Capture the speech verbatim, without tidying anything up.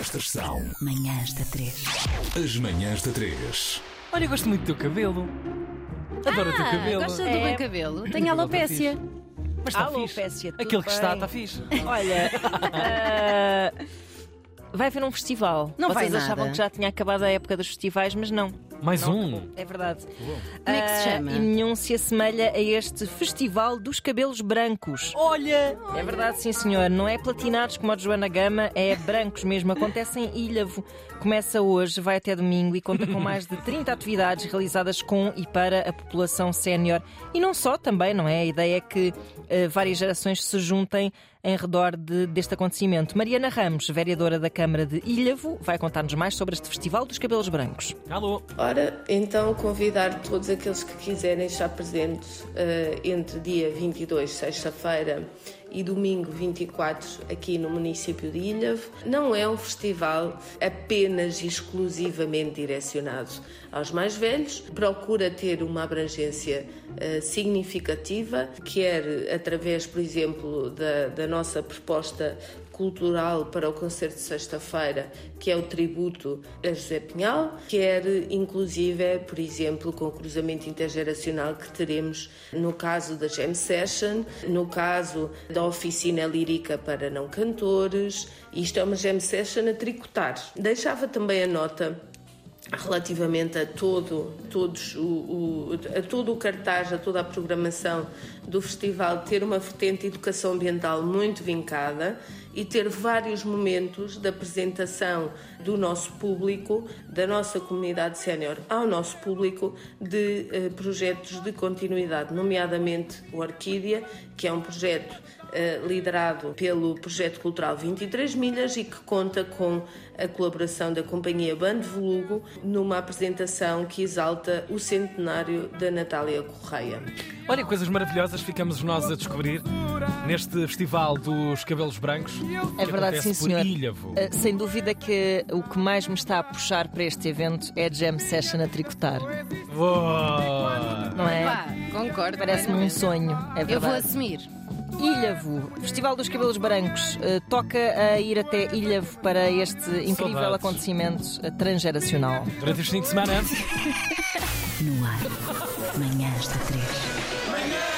Estas são Manhãs da três. as manhãs da três. Olha, eu gosto muito do teu cabelo. Adoro o teu cabelo. Gosta do É. meu cabelo? Tenho Cabelo alopécia. tá fixe. Mas está Alopécia, fixe. tudo Aquele que está, bem. está fixe. Olha, ah, vai haver um festival. Não vai Vocês achavam nada. que já tinha acabado a época dos festivais, mas não. Mais Não um. acabou. É verdade. Como é que se Ah, chama? E nenhum se assemelha a este Festival dos Cabelos Brancos. Olha! É verdade, sim senhor. Não é platinados como a de Joana Gama, é brancos mesmo. Acontece em Ilhavo. Começa hoje, vai até domingo e conta com mais de trinta atividades realizadas com e para a população sénior. E não só, também, não é? A ideia é que eh, várias gerações se juntem em redor de- deste acontecimento. Mariana Ramos, vereadora da Câmara de Ilhavo, vai contar-nos mais sobre este Festival dos Cabelos Brancos. Alô! Ora, então convidar todos aqueles que quiserem estar presentes eh, entre dia vinte e dois, sexta-feira, e domingo vinte e quatro, aqui no município de Ilhavo. Não é um festival apenas e exclusivamente direcionado aos mais velhos. Procura ter uma abrangência eh, significativa, quer através, por exemplo, da, da nossa proposta cultural para o concerto de sexta-feira, que é o tributo a José Pinhal, quer inclusive, por exemplo, com o cruzamento intergeracional que teremos no caso da Jam Session, no caso da oficina lírica para não cantores. Isto é uma Jam Session a tricotar. Deixava também a nota relativamente a todo, todos o, o, a todo o cartaz, a toda a programação do festival, ter uma vertente de educação ambiental muito vincada e ter vários momentos de apresentação do nosso público, da nossa comunidade sénior ao nosso público, de eh, projetos de continuidade, nomeadamente o Orquídea, que é um projeto eh, liderado pelo Projeto Cultural vinte e três Milhas e que conta com a colaboração da Companhia Bando Volugo numa apresentação que exalta o centenário da Natália Correia. Olha, coisas maravilhosas ficamos nós a descobrir neste Festival dos Cabelos Brancos. É que verdade, acontece sim, por senhor. Ilhavo. Uh, sem dúvida que o que mais me está a puxar para este evento é a Jam Session a tricotar, Boa! não é? Pá, concordo. Parece-me um plenamente. sonho, é Eu vou verdade. assumir. Ilhavo, Festival dos Cabelos Brancos, uh, toca a ir até Ilhavo para este incrível Saudades. acontecimento uh, transgeracional. Durante este fim de semana. No ar. Manhãs da três.